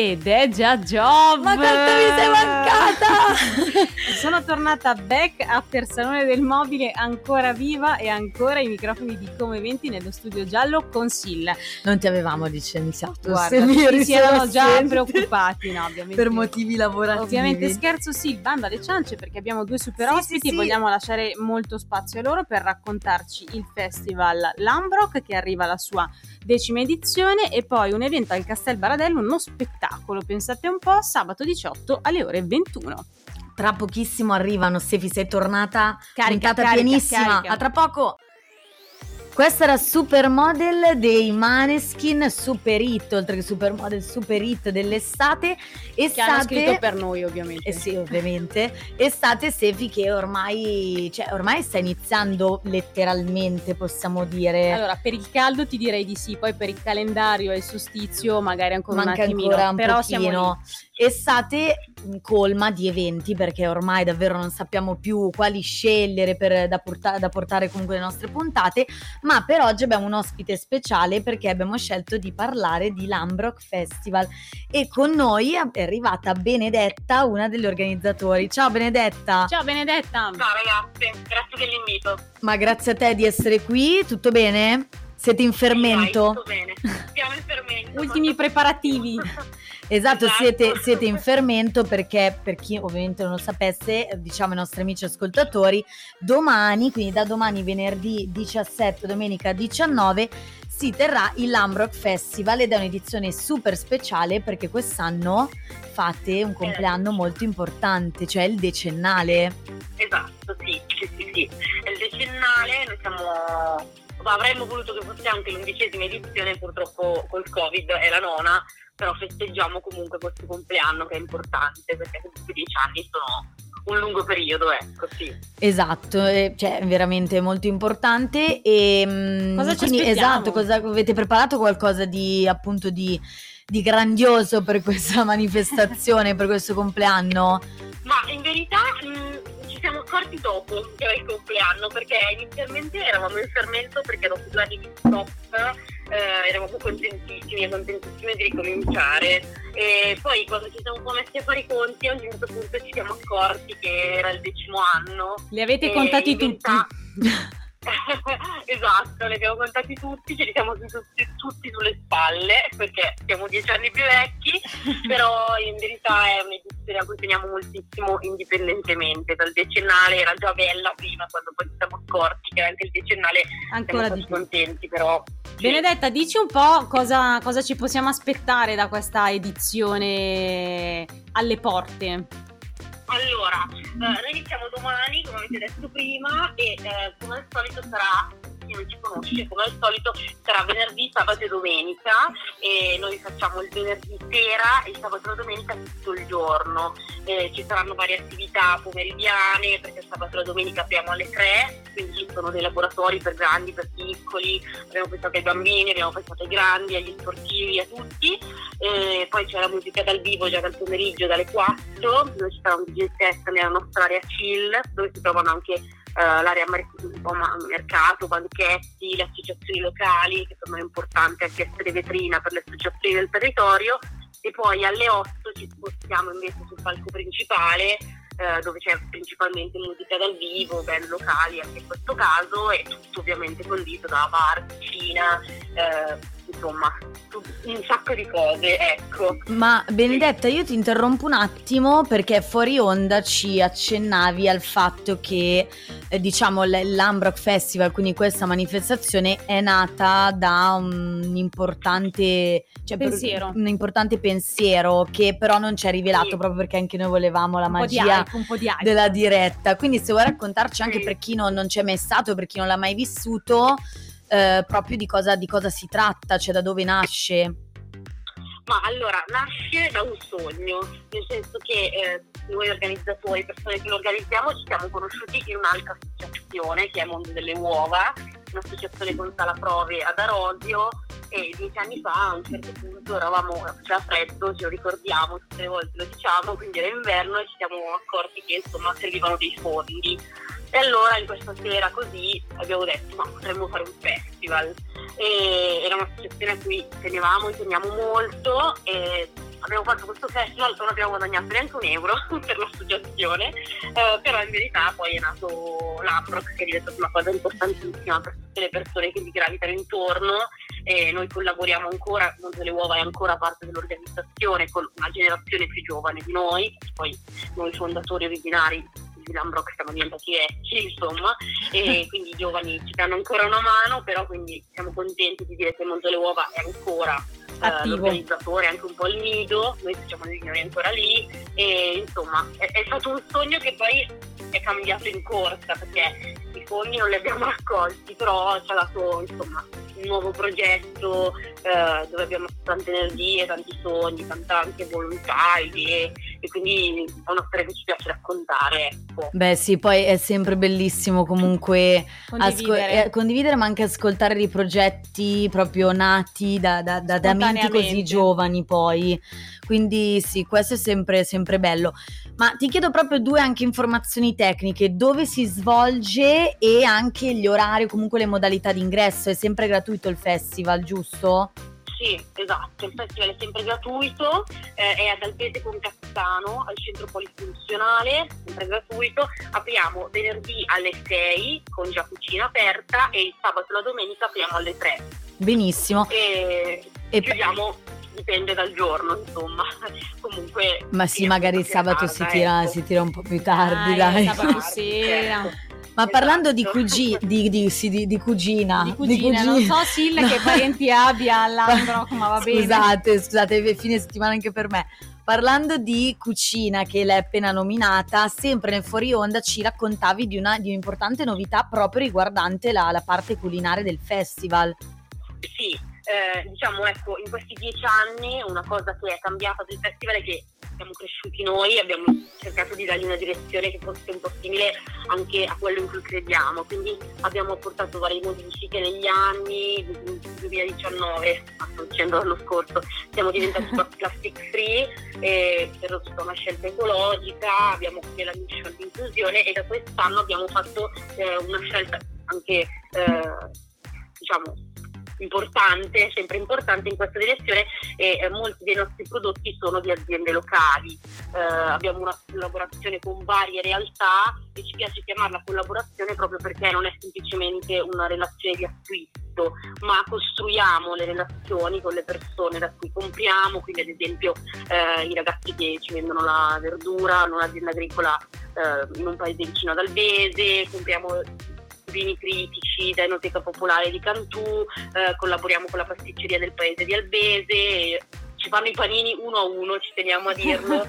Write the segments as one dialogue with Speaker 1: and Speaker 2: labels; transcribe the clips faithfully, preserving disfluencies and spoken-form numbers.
Speaker 1: Ed è già Job.
Speaker 2: Ma quanto mi sei mancata!
Speaker 1: Sono tornata back after Salone del Mobile, ancora viva e ancora i microfoni di Come Eventi nello studio giallo con Silla.
Speaker 2: Non ti avevamo licenziato.
Speaker 1: Guarda, tutti si erano già preoccupati, no, ovviamente.
Speaker 2: Per motivi lavorativi.
Speaker 1: Ovviamente scherzo, sì, il bando alle ciance, perché abbiamo due super
Speaker 2: Sì,
Speaker 1: ospiti
Speaker 2: sì,
Speaker 1: e
Speaker 2: sì.
Speaker 1: vogliamo lasciare molto spazio a loro per raccontarci il festival Lambrock, che arriva alla sua decima edizione, e poi un evento al Castel Baradello, uno spettacolo, pensate un po', sabato diciotto alle ore ventuno.
Speaker 2: Tra pochissimo arrivano. Stefi, sei tornata
Speaker 1: Carica,
Speaker 2: puntata
Speaker 1: carica,
Speaker 2: pienissima.
Speaker 1: carica.
Speaker 2: A tra poco. Questa era Supermodel dei Maneskin, super hit, oltre che Supermodel, super hit dell'estate.
Speaker 1: Che hanno scritto per noi, ovviamente.
Speaker 2: Eh sì, ovviamente. Estate, Stefi, che ormai, cioè ormai sta iniziando letteralmente, possiamo dire.
Speaker 1: Allora, per il caldo ti direi di sì, poi per il calendario e il solstizio magari ancora
Speaker 2: Manca
Speaker 1: un attimino,
Speaker 2: ancora un
Speaker 1: però
Speaker 2: pochino.
Speaker 1: siamo lì.
Speaker 2: Estate colma di eventi, perché ormai davvero non sappiamo più quali scegliere per, da, porta- da portare comunque le nostre puntate, ma per oggi abbiamo un ospite speciale perché abbiamo scelto di parlare di Lambrock Festival e con noi è arrivata Benedetta, una degli organizzatori. Ciao Benedetta!
Speaker 1: Ciao Benedetta!
Speaker 3: Ciao ragazze, grazie dell'invito.
Speaker 2: Ma grazie a te di essere qui, tutto bene? Siete in fermento?
Speaker 3: Sì, dai, tutto bene, siamo in fermento.
Speaker 1: Ultimi preparativi.
Speaker 2: Esatto,
Speaker 3: Esatto.
Speaker 2: Siete, siete in fermento perché, per chi ovviamente non lo sapesse, diciamo ai nostri amici ascoltatori, domani, quindi da domani venerdì diciassette, domenica diciannove, si terrà il Lambrock Festival ed è un'edizione super speciale perché quest'anno fate un compleanno molto importante, cioè il decennale.
Speaker 3: Esatto, sì, sì, sì, sì. È il decennale, noi siamo... avremmo voluto che fosse anche l'undicesima edizione, purtroppo col Covid è la nona, però festeggiamo comunque questo compleanno che è importante perché comunque dieci anni sono un lungo periodo, ecco, sì.
Speaker 2: Esatto, eh, cioè veramente molto importante e mm,
Speaker 1: Cosa ci
Speaker 2: quindi
Speaker 1: aspettiamo?
Speaker 2: esatto, cosa avete preparato qualcosa di appunto di, di grandioso per questa manifestazione, per questo compleanno?
Speaker 3: Ma in verità mh, ci siamo accorti dopo che era il compleanno, perché inizialmente eravamo in fermento perché dopo due anni di stop eh, eravamo contentissimi e contentissime di ricominciare, e poi quando ci siamo un po' messi a fare i conti a un certo punto ci siamo accorti che era il decimo anno.
Speaker 1: Li avete
Speaker 3: E
Speaker 1: contati
Speaker 3: in
Speaker 1: tutti?
Speaker 3: verità- Esatto, li abbiamo contati tutti, ce li siamo tutti, tutti sulle spalle perché siamo dieci anni più vecchi, però in verità è un'edizione a cui teniamo moltissimo indipendentemente dal decennale. Era già bella prima, quando poi ci siamo accorti che era anche il decennale,
Speaker 1: Ancora
Speaker 3: siamo
Speaker 1: di
Speaker 3: stati
Speaker 1: più.
Speaker 3: contenti, però sì.
Speaker 1: Benedetta, dici un po' cosa, cosa ci possiamo aspettare da questa edizione alle porte.
Speaker 3: Allora, eh, noi iniziamo domani, come avete detto prima, e eh, come al solito sarà, chi non ci conosce, come al solito sarà venerdì, sabato e domenica, e noi facciamo il venerdì sera e il sabato e la domenica tutto il giorno. Eh, ci saranno varie attività pomeridiane, perché il sabato e la domenica apriamo alle tre, quindi ci sono dei laboratori per grandi, per piccoli, abbiamo pensato ai bambini, abbiamo pensato ai grandi, agli sportivi, a tutti. E poi c'è la musica dal vivo già dal pomeriggio, dalle quattro, dove ci sarà un D J set nella nostra area chill, dove si trovano anche uh, l'area mer- un po' ma- mercato, banchetti, le associazioni locali, che per noi è importante anche essere vetrina per le associazioni del territorio. E poi alle otto ci spostiamo invece sul palco principale, eh, dove c'è principalmente musica dal vivo, band locali anche in questo caso, e tutto ovviamente condito da bar, cucina, eh, insomma un sacco di cose, ecco.
Speaker 2: Ma Benedetta, io ti interrompo un attimo perché fuori onda ci accennavi al fatto che eh, diciamo l- l'Lambrock Festival, quindi questa manifestazione è nata da un importante, cioè, per-
Speaker 1: Pensiero.
Speaker 2: un importante pensiero che però non ci è rivelato
Speaker 3: Sì.
Speaker 2: proprio perché anche noi volevamo la
Speaker 1: Un po' di
Speaker 2: magia
Speaker 1: hype, un po' di hype.
Speaker 2: della diretta. Quindi se vuoi raccontarci anche
Speaker 3: Sì.
Speaker 2: per chi non, non c'è mai stato, per chi non l'ha mai vissuto, eh, proprio di cosa, di cosa si tratta, cioè da dove nasce.
Speaker 3: Ma allora, nasce da un sogno, nel senso che eh, noi organizzatori, persone che lo organizziamo, ci siamo conosciuti in un'altra associazione che è Mondo delle Uova, un'associazione con sala prove ad Arosio, e dieci anni fa a un certo punto eravamo, faceva freddo, ce lo ricordiamo, tutte le volte lo diciamo, quindi era inverno e ci siamo accorti che insomma servivano dei fondi. E allora in questa sera così abbiamo detto ma potremmo fare un festival, e era un'associazione a cui tenevamo e teniamo molto, e abbiamo fatto questo festival, non abbiamo guadagnato neanche un euro per l'associazione, eh, però in verità poi è nato l'Ambrox, che è diventata una cosa importantissima per tutte le persone che vi gravitano intorno, e noi collaboriamo ancora, Mondo delle Uova è ancora parte dell'organizzazione con una generazione più giovane di noi, poi noi fondatori originari di Lambrox siamo diventati vecchi, insomma, e quindi i giovani ci danno ancora una mano, però quindi siamo contenti di dire che Mondo delle Uova è ancora eh, l'organizzatore, anche un po' il nido, noi siamo noi ancora lì, e insomma è, è stato un sogno che poi è cambiato in corsa, perché i fondi non li abbiamo raccolti, però ci ha dato insomma un nuovo progetto eh, dove abbiamo tante energie, tanti sogni, tanta anche volontà, idee, e quindi è una storia che ci piace raccontare, ecco.
Speaker 2: Beh sì, poi è sempre bellissimo comunque
Speaker 1: Condividere.
Speaker 2: asco- eh, condividere, ma anche ascoltare dei progetti proprio nati da, da, da, da menti così
Speaker 1: Spontaneamente.
Speaker 2: giovani poi, quindi sì, questo è sempre, sempre bello. Ma ti chiedo proprio due anche informazioni tecniche: dove si svolge e anche gli orari o comunque le modalità di ingresso. È sempre gratuito il festival, giusto?
Speaker 3: Sì, esatto, il festival è sempre gratuito, eh, è ad Albese con Cassano, al centro polifunzionale, sempre gratuito. Apriamo venerdì alle sei con già cucina aperta, e il sabato e la domenica apriamo alle tre.
Speaker 2: Benissimo.
Speaker 3: E,
Speaker 2: E-
Speaker 3: chiudiamo, dipende dal giorno, insomma. Comunque
Speaker 2: Ma sì,
Speaker 3: sì,
Speaker 2: magari il
Speaker 3: tutti a
Speaker 2: sabato
Speaker 3: casa,
Speaker 2: si tira,
Speaker 3: ecco.
Speaker 2: si tira un po' più tardi,
Speaker 1: Dai,
Speaker 2: dai.
Speaker 1: sabato
Speaker 3: Esatto,
Speaker 1: sera.
Speaker 3: certo.
Speaker 2: Ma parlando di,
Speaker 3: Esatto.
Speaker 2: cugi- di, di, sì, di, di cugina,
Speaker 1: Di cugina, non so Sil che parenti abbia all'Ambrox, ma va bene.
Speaker 2: Scusate, scusate, è fine settimana anche per me. Parlando di cucina, che l'hai appena nominata, sempre nel fuori onda ci raccontavi di una di un'importante novità proprio riguardante la, la parte culinaria del festival.
Speaker 3: Sì, eh, diciamo ecco, in questi dieci anni una cosa che è cambiata del festival è che siamo cresciuti noi, abbiamo cercato di dargli una direzione che fosse un po' simile anche a quello in cui crediamo, quindi abbiamo portato varie modifiche negli anni. Nel duemiladiciannove, ma sto dicendo l'anno scorso, siamo diventati plastic free, eh, per tutta una scelta ecologica, abbiamo anche la mission di inclusione, e da quest'anno abbiamo fatto eh, una scelta anche eh, diciamo importante, sempre importante in questa direzione, e eh, molti dei nostri prodotti sono di aziende locali. Eh, abbiamo una collaborazione con varie realtà, e ci piace chiamarla collaborazione proprio perché non è semplicemente una relazione di acquisto, ma costruiamo le relazioni con le persone da cui compriamo, quindi ad esempio eh, i ragazzi che ci vendono la verdura in un'azienda agricola eh, in un paese vicino ad Albese, compriamo vini critici da Enoteca Popolare di Cantù, eh, collaboriamo con la pasticceria del paese di Albese, ci fanno i panini uno a uno, ci teniamo a dirlo,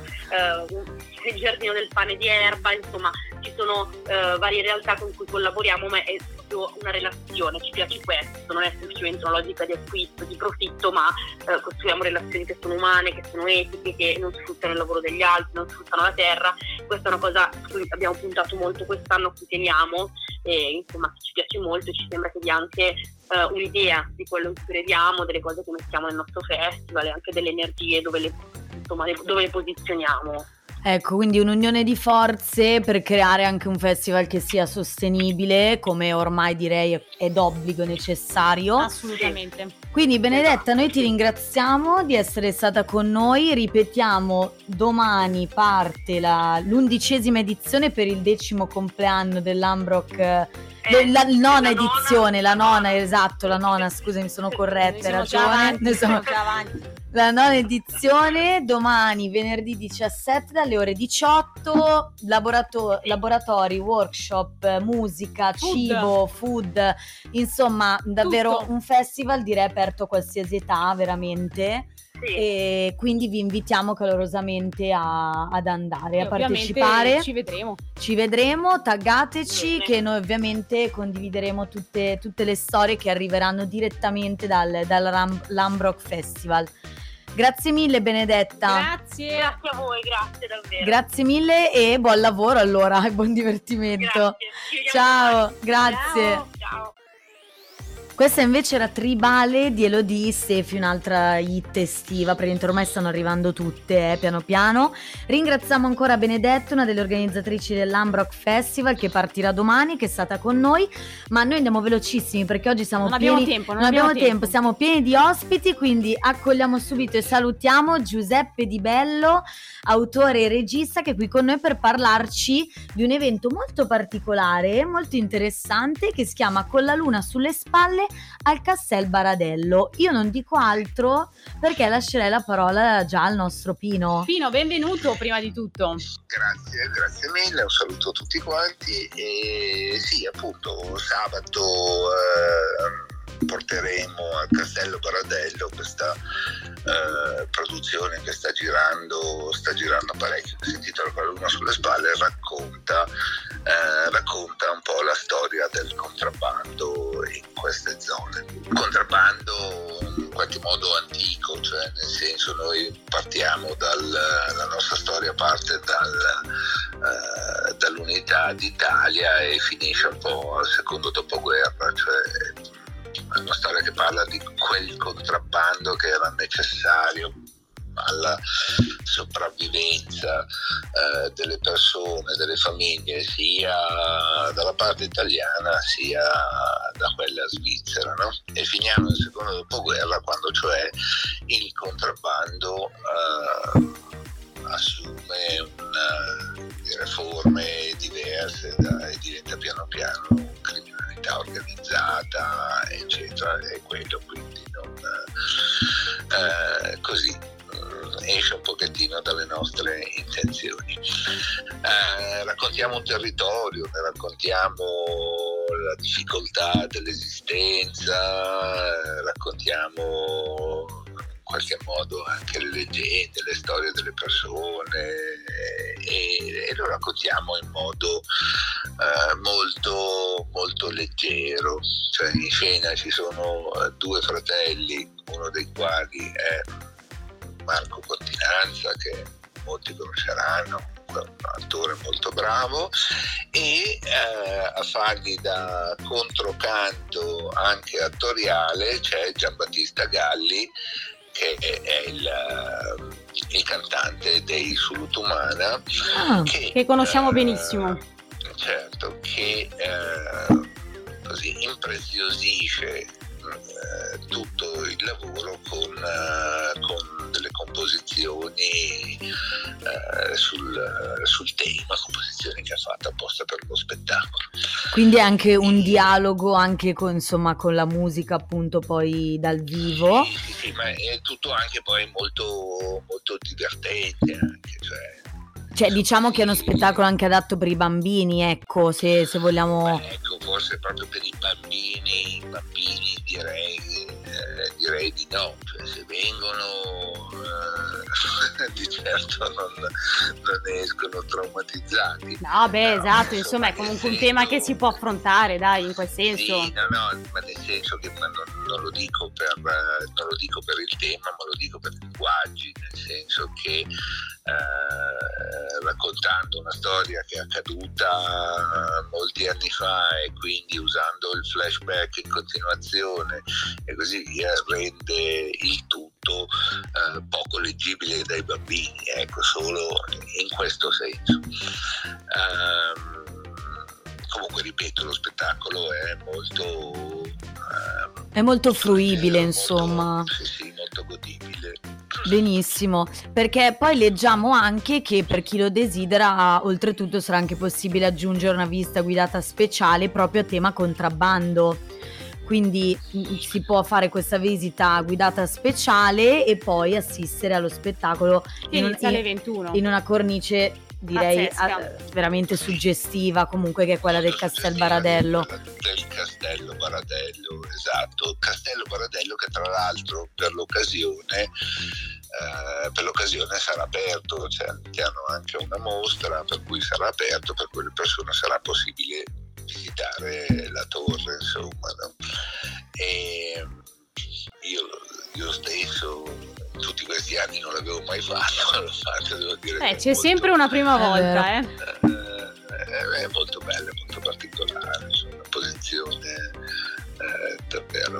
Speaker 3: eh, il giardino del pane di Erba, insomma ci sono eh, varie realtà con cui collaboriamo, ma è proprio una relazione, ci piace questo, non è semplicemente una logica di acquisto, di profitto, ma eh, costruiamo relazioni che sono umane, che sono etiche, che non sfruttano il lavoro degli altri, non sfruttano la terra. Questa è una cosa su cui abbiamo puntato molto quest'anno, a cui teniamo, e insomma ci piace molto, e ci sembra che dia anche uh, un'idea di quello in cui crediamo, delle cose che mettiamo nel nostro festival, e anche delle energie dove le, insomma, le, dove le posizioniamo.
Speaker 2: Ecco, quindi un'unione di forze per creare anche un festival che sia sostenibile, come ormai direi è d'obbligo necessario.
Speaker 1: Assolutamente.
Speaker 2: Quindi Benedetta, noi ti ringraziamo di essere stata con noi. Ripetiamo, domani parte la, l'undicesima edizione per il decimo compleanno dell'Ambrox, eh, la, la nona edizione, la nona, esatto, la nona, scusa, mi sono corretta, hai
Speaker 1: Noi siamo già
Speaker 2: ragione.
Speaker 1: avanti,
Speaker 2: Noi siamo-
Speaker 1: siamo già avanti.
Speaker 2: La nona edizione, domani venerdì diciassette dalle ore diciotto, laborato- laboratori, workshop, musica,
Speaker 1: Food.
Speaker 2: cibo, food, insomma davvero
Speaker 1: Tutto.
Speaker 2: un festival direi aperto a qualsiasi età, veramente,
Speaker 3: Sì.
Speaker 2: e quindi vi invitiamo calorosamente a- ad andare,
Speaker 1: E
Speaker 2: a
Speaker 1: ovviamente
Speaker 2: partecipare.
Speaker 1: ci vedremo.
Speaker 2: Ci vedremo, taggateci,
Speaker 3: Bene.
Speaker 2: che noi ovviamente condivideremo tutte, tutte le storie che arriveranno direttamente dal, dal Ram- Lambrox Festival. Grazie mille Benedetta,
Speaker 1: Grazie.
Speaker 3: Grazie a voi, grazie davvero.
Speaker 2: grazie mille e buon lavoro allora e buon divertimento.
Speaker 3: Grazie. Ci vediamo
Speaker 2: Ciao,
Speaker 3: domani.
Speaker 2: grazie.
Speaker 3: Ciao.
Speaker 2: Questa invece era Tribale di Elodie Sefi, un'altra hit estiva, praticamente ormai stanno arrivando tutte eh, piano piano. Ringraziamo ancora Benedetta, una delle organizzatrici dell'Ambrock Festival, che partirà domani, che è stata con noi, ma noi andiamo velocissimi perché oggi siamo
Speaker 1: Non
Speaker 2: pieni,
Speaker 1: abbiamo tempo, non
Speaker 2: non abbiamo
Speaker 1: abbiamo
Speaker 2: tempo, siamo pieni di ospiti, quindi accogliamo subito e salutiamo Giuseppe Di Bello, autore e regista, che è qui con noi per parlarci di un evento molto particolare, molto interessante, che si chiama Con la luna sulle spalle al Castel Baradello. Io non dico altro perché lascerei la parola già al nostro Pino.
Speaker 1: Pino, benvenuto prima di tutto.
Speaker 4: Grazie, grazie mille, un saluto a tutti quanti. E sì, appunto, sabato eh, porteremo al Castello Baradello questa eh, produzione che sta girando, sta girando parecchio, che si intitola Con la luna sulle spalle, e racconta Eh, racconta un po' la storia del contrabbando in queste zone. Un contrabbando in qualche modo antico, cioè nel senso noi partiamo dal, la nostra storia parte dal, eh, dall'unità d'Italia e finisce un po' al secondo dopoguerra, cioè è una storia che parla di quel contrabbando che era necessario alla sopravvivenza eh, delle persone, delle famiglie, sia dalla parte italiana sia da quella svizzera, no? E finiamo nel secondo dopoguerra, quando cioè il contrabbando eh, assume una, dire, forme diverse da, e diventa piano piano criminalità organizzata, eccetera, e quello quindi non eh, così esce un pochettino dalle nostre intenzioni. Eh, raccontiamo un territorio, ne raccontiamo la difficoltà dell'esistenza, eh, raccontiamo in qualche modo anche le leggende, le storie delle persone e, e lo raccontiamo in modo eh, molto, molto leggero. Cioè in scena ci sono eh, due fratelli, uno dei quali è Marco Continanza, che molti conosceranno, un attore molto bravo, e eh, a fargli da controcanto anche attoriale c'è Giambattista Galli, che è il, il cantante dei Sulutumana,
Speaker 1: ah, che, che conosciamo eh, benissimo.
Speaker 4: Certo, che eh, così impreziosisce Eh, tutto il lavoro con, eh, con delle composizioni eh, sul, sul tema, composizioni che ha fatto apposta per lo spettacolo.
Speaker 2: Quindi è anche un dialogo anche con, insomma, con la musica appunto poi dal vivo.
Speaker 4: Sì, sì, sì, ma è tutto anche poi molto, molto divertente anche, cioè
Speaker 2: Cioè diciamo che è uno spettacolo anche adatto per i bambini, ecco, se, se vogliamo...
Speaker 4: Beh, ecco, forse proprio per i bambini, i bambini direi, eh, direi di no, cioè se vengono eh, di certo non, non escono traumatizzati.
Speaker 1: No, beh,
Speaker 4: no,
Speaker 1: esatto, insomma è comunque un tema che si può affrontare, dai, in quel senso.
Speaker 4: Sì, no, no, ma nel senso che ma non, non, lo dico per, non lo dico per il tema, ma lo dico per i linguaggi, nel senso che Eh, raccontando una storia che è accaduta molti anni fa e quindi usando il flashback in continuazione e così via rende il tutto eh, poco leggibile dai bambini, ecco, solo in questo senso. Um, comunque ripeto, lo spettacolo è molto uh,
Speaker 2: è molto fruibile,
Speaker 4: molto,
Speaker 2: insomma.
Speaker 4: Sì, sì, molto godibile.
Speaker 2: Benissimo, perché poi leggiamo anche che per chi lo desidera, oltretutto sarà anche possibile aggiungere una visita guidata speciale proprio a tema contrabbando. Quindi mh, si può fare questa visita guidata speciale e poi assistere allo spettacolo
Speaker 1: che
Speaker 2: in,
Speaker 1: inizia
Speaker 2: un,
Speaker 1: alle ventuno.
Speaker 2: in una cornice direi
Speaker 1: Pazzesca.
Speaker 2: a, veramente suggestiva, comunque, che è quella del Castel Baradello.
Speaker 4: Del Castello Baradello, esatto. Castello Baradello che tra l'altro per l'occasione eh, per l'occasione sarà aperto, cioè hanno anche una mostra per cui sarà aperto, per cui le persone sarà possibile visitare la torre, insomma, no? E io, io stesso tutti questi anni non l'avevo mai fatto, l'ho fatto, devo dire.
Speaker 1: Eh, c'è sempre una prima volta, eh.
Speaker 4: È, è molto bella, molto particolare, cioè una posizione eh, davvero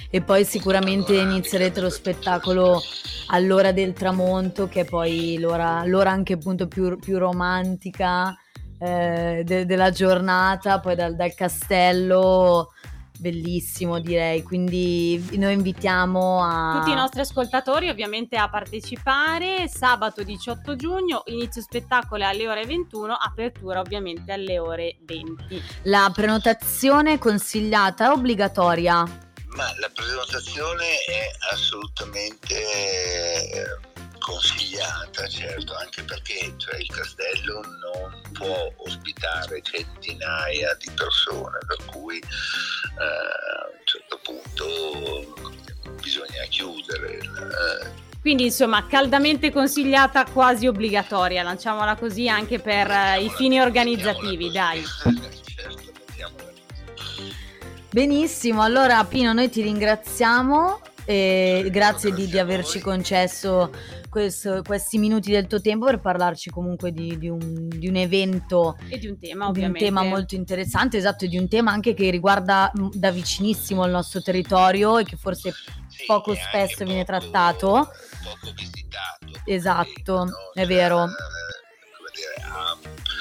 Speaker 2: e poi sicuramente inizierete lo spettacolo all'ora del tramonto, che è poi l'ora, l'ora anche appunto più, più romantica eh, de- della giornata, poi dal, dal castello, bellissimo direi, quindi noi invitiamo a
Speaker 1: tutti i nostri ascoltatori ovviamente a partecipare. Sabato diciotto giugno, inizio spettacolo alle ore ventuno, apertura ovviamente alle ore venti.
Speaker 2: La prenotazione consigliata è obbligatoria?
Speaker 4: Ma la prenotazione è assolutamente eh, consigliata, certo, anche perché cioè, il castello non può ospitare centinaia di persone, per cui eh, a un certo punto bisogna chiudere. Eh.
Speaker 1: Quindi insomma caldamente consigliata, quasi obbligatoria, lanciamola così anche per eh, i fini organizzativi, dai.
Speaker 4: Certo, mettiamola così.
Speaker 2: Benissimo, allora Pino noi ti ringraziamo e grazie di, di averci concesso questo, questi minuti del tuo tempo per parlarci comunque di, di, un, di un evento
Speaker 1: E di un tema
Speaker 2: di un
Speaker 1: ovviamente.
Speaker 2: tema molto interessante, esatto, e di un tema anche che riguarda mh, da vicinissimo il nostro territorio e che forse
Speaker 4: Sì,
Speaker 2: poco
Speaker 4: e anche
Speaker 2: spesso viene
Speaker 4: poco-
Speaker 2: trattato.
Speaker 4: Poco visitato.
Speaker 2: Esatto,
Speaker 4: no?
Speaker 2: è vero.
Speaker 4: Eh, come dire, ha,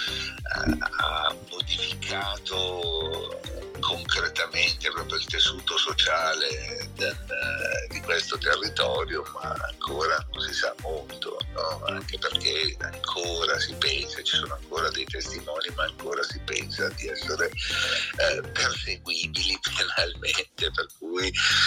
Speaker 4: ha- ha modificato concretamente proprio il tessuto sociale del- di questo territorio, ma ancora non si sa molto, no? Anche perché ancora si pensa, ci sono ancora dei testimoni, ma ancora si pensa di essere eh, perseguibili penalmente, per cui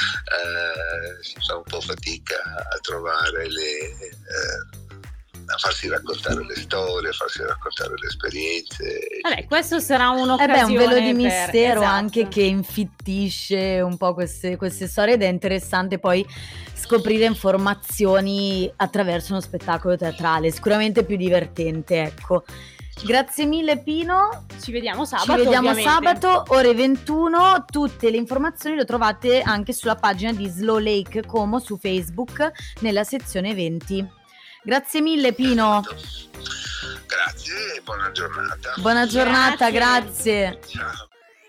Speaker 4: eh, si fa un po' fatica a trovare le eh, a farsi raccontare le storie, a farsi raccontare le esperienze.
Speaker 1: Vabbè, questo sarà
Speaker 2: Eh
Speaker 1: un'occasione
Speaker 2: beh, è un velo di
Speaker 1: per-
Speaker 2: mistero
Speaker 1: esatto.
Speaker 2: anche che infittisce un po' queste, queste storie ed è interessante poi scoprire informazioni attraverso uno spettacolo teatrale, sicuramente più divertente, ecco. Grazie mille Pino,
Speaker 1: Ci vediamo sabato.
Speaker 2: ci vediamo
Speaker 1: ovviamente.
Speaker 2: sabato ore ventuno, tutte le informazioni le trovate anche sulla pagina di Slow Lake Como su Facebook nella sezione eventi. Grazie mille Pino,
Speaker 4: Grazie e buona giornata.
Speaker 2: buona giornata,
Speaker 1: Grazie.
Speaker 2: grazie.
Speaker 4: Ciao.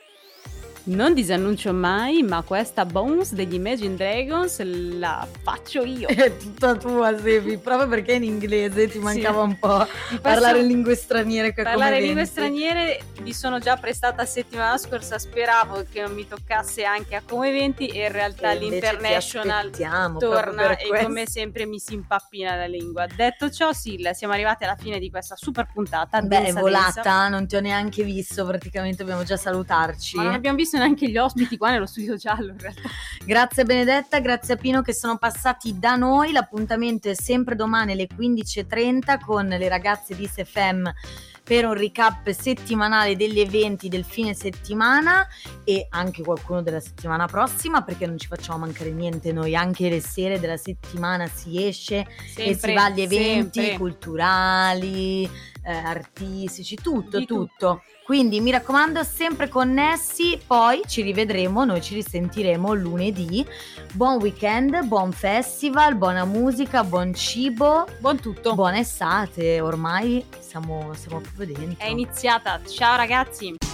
Speaker 1: Non disannuncio mai, ma questa Bones degli Imagine Dragons la faccio io.
Speaker 2: È tutta tua, Sevi, proprio perché in inglese ti mancava un po'
Speaker 1: Ti
Speaker 2: parlare
Speaker 1: posso-
Speaker 2: in lingue straniere. che
Speaker 1: Parlare
Speaker 2: come
Speaker 1: lingue
Speaker 2: venti.
Speaker 1: straniere mi sono già prestata settimana scorsa, speravo che non mi toccasse anche a Come venti e in realtà
Speaker 2: E invece ti
Speaker 1: l'International
Speaker 2: aspettiamo proprio
Speaker 1: torna
Speaker 2: per
Speaker 1: e
Speaker 2: questo.
Speaker 1: come sempre mi si impappina la lingua. Detto ciò, Sil, siamo arrivati alla fine di questa super puntata.
Speaker 2: Beh, è
Speaker 1: densa,
Speaker 2: volata,
Speaker 1: densa.
Speaker 2: non ti ho neanche visto, praticamente dobbiamo già salutarci.
Speaker 1: Ma non abbiamo visto neanche gli ospiti qua nello studio giallo in realtà.
Speaker 2: Grazie Benedetta, grazie a Pino che sono passati da noi. L'appuntamento è sempre domani alle quindici e trenta con le ragazze di S F M per un recap settimanale degli eventi del fine settimana e anche qualcuno della settimana prossima, perché non ci facciamo mancare niente noi, anche le sere della settimana si esce e si va agli eventi
Speaker 1: sempre.
Speaker 2: culturali, eh, artistici, tutto,
Speaker 1: Di
Speaker 2: tutto. Quindi mi raccomando, sempre connessi, poi ci rivedremo, noi ci risentiremo lunedì. Buon weekend, buon festival, buona musica, buon cibo,
Speaker 1: Buon tutto.
Speaker 2: buona estate, ormai siamo, siamo proprio dentro.
Speaker 1: È iniziata. Ciao ragazzi.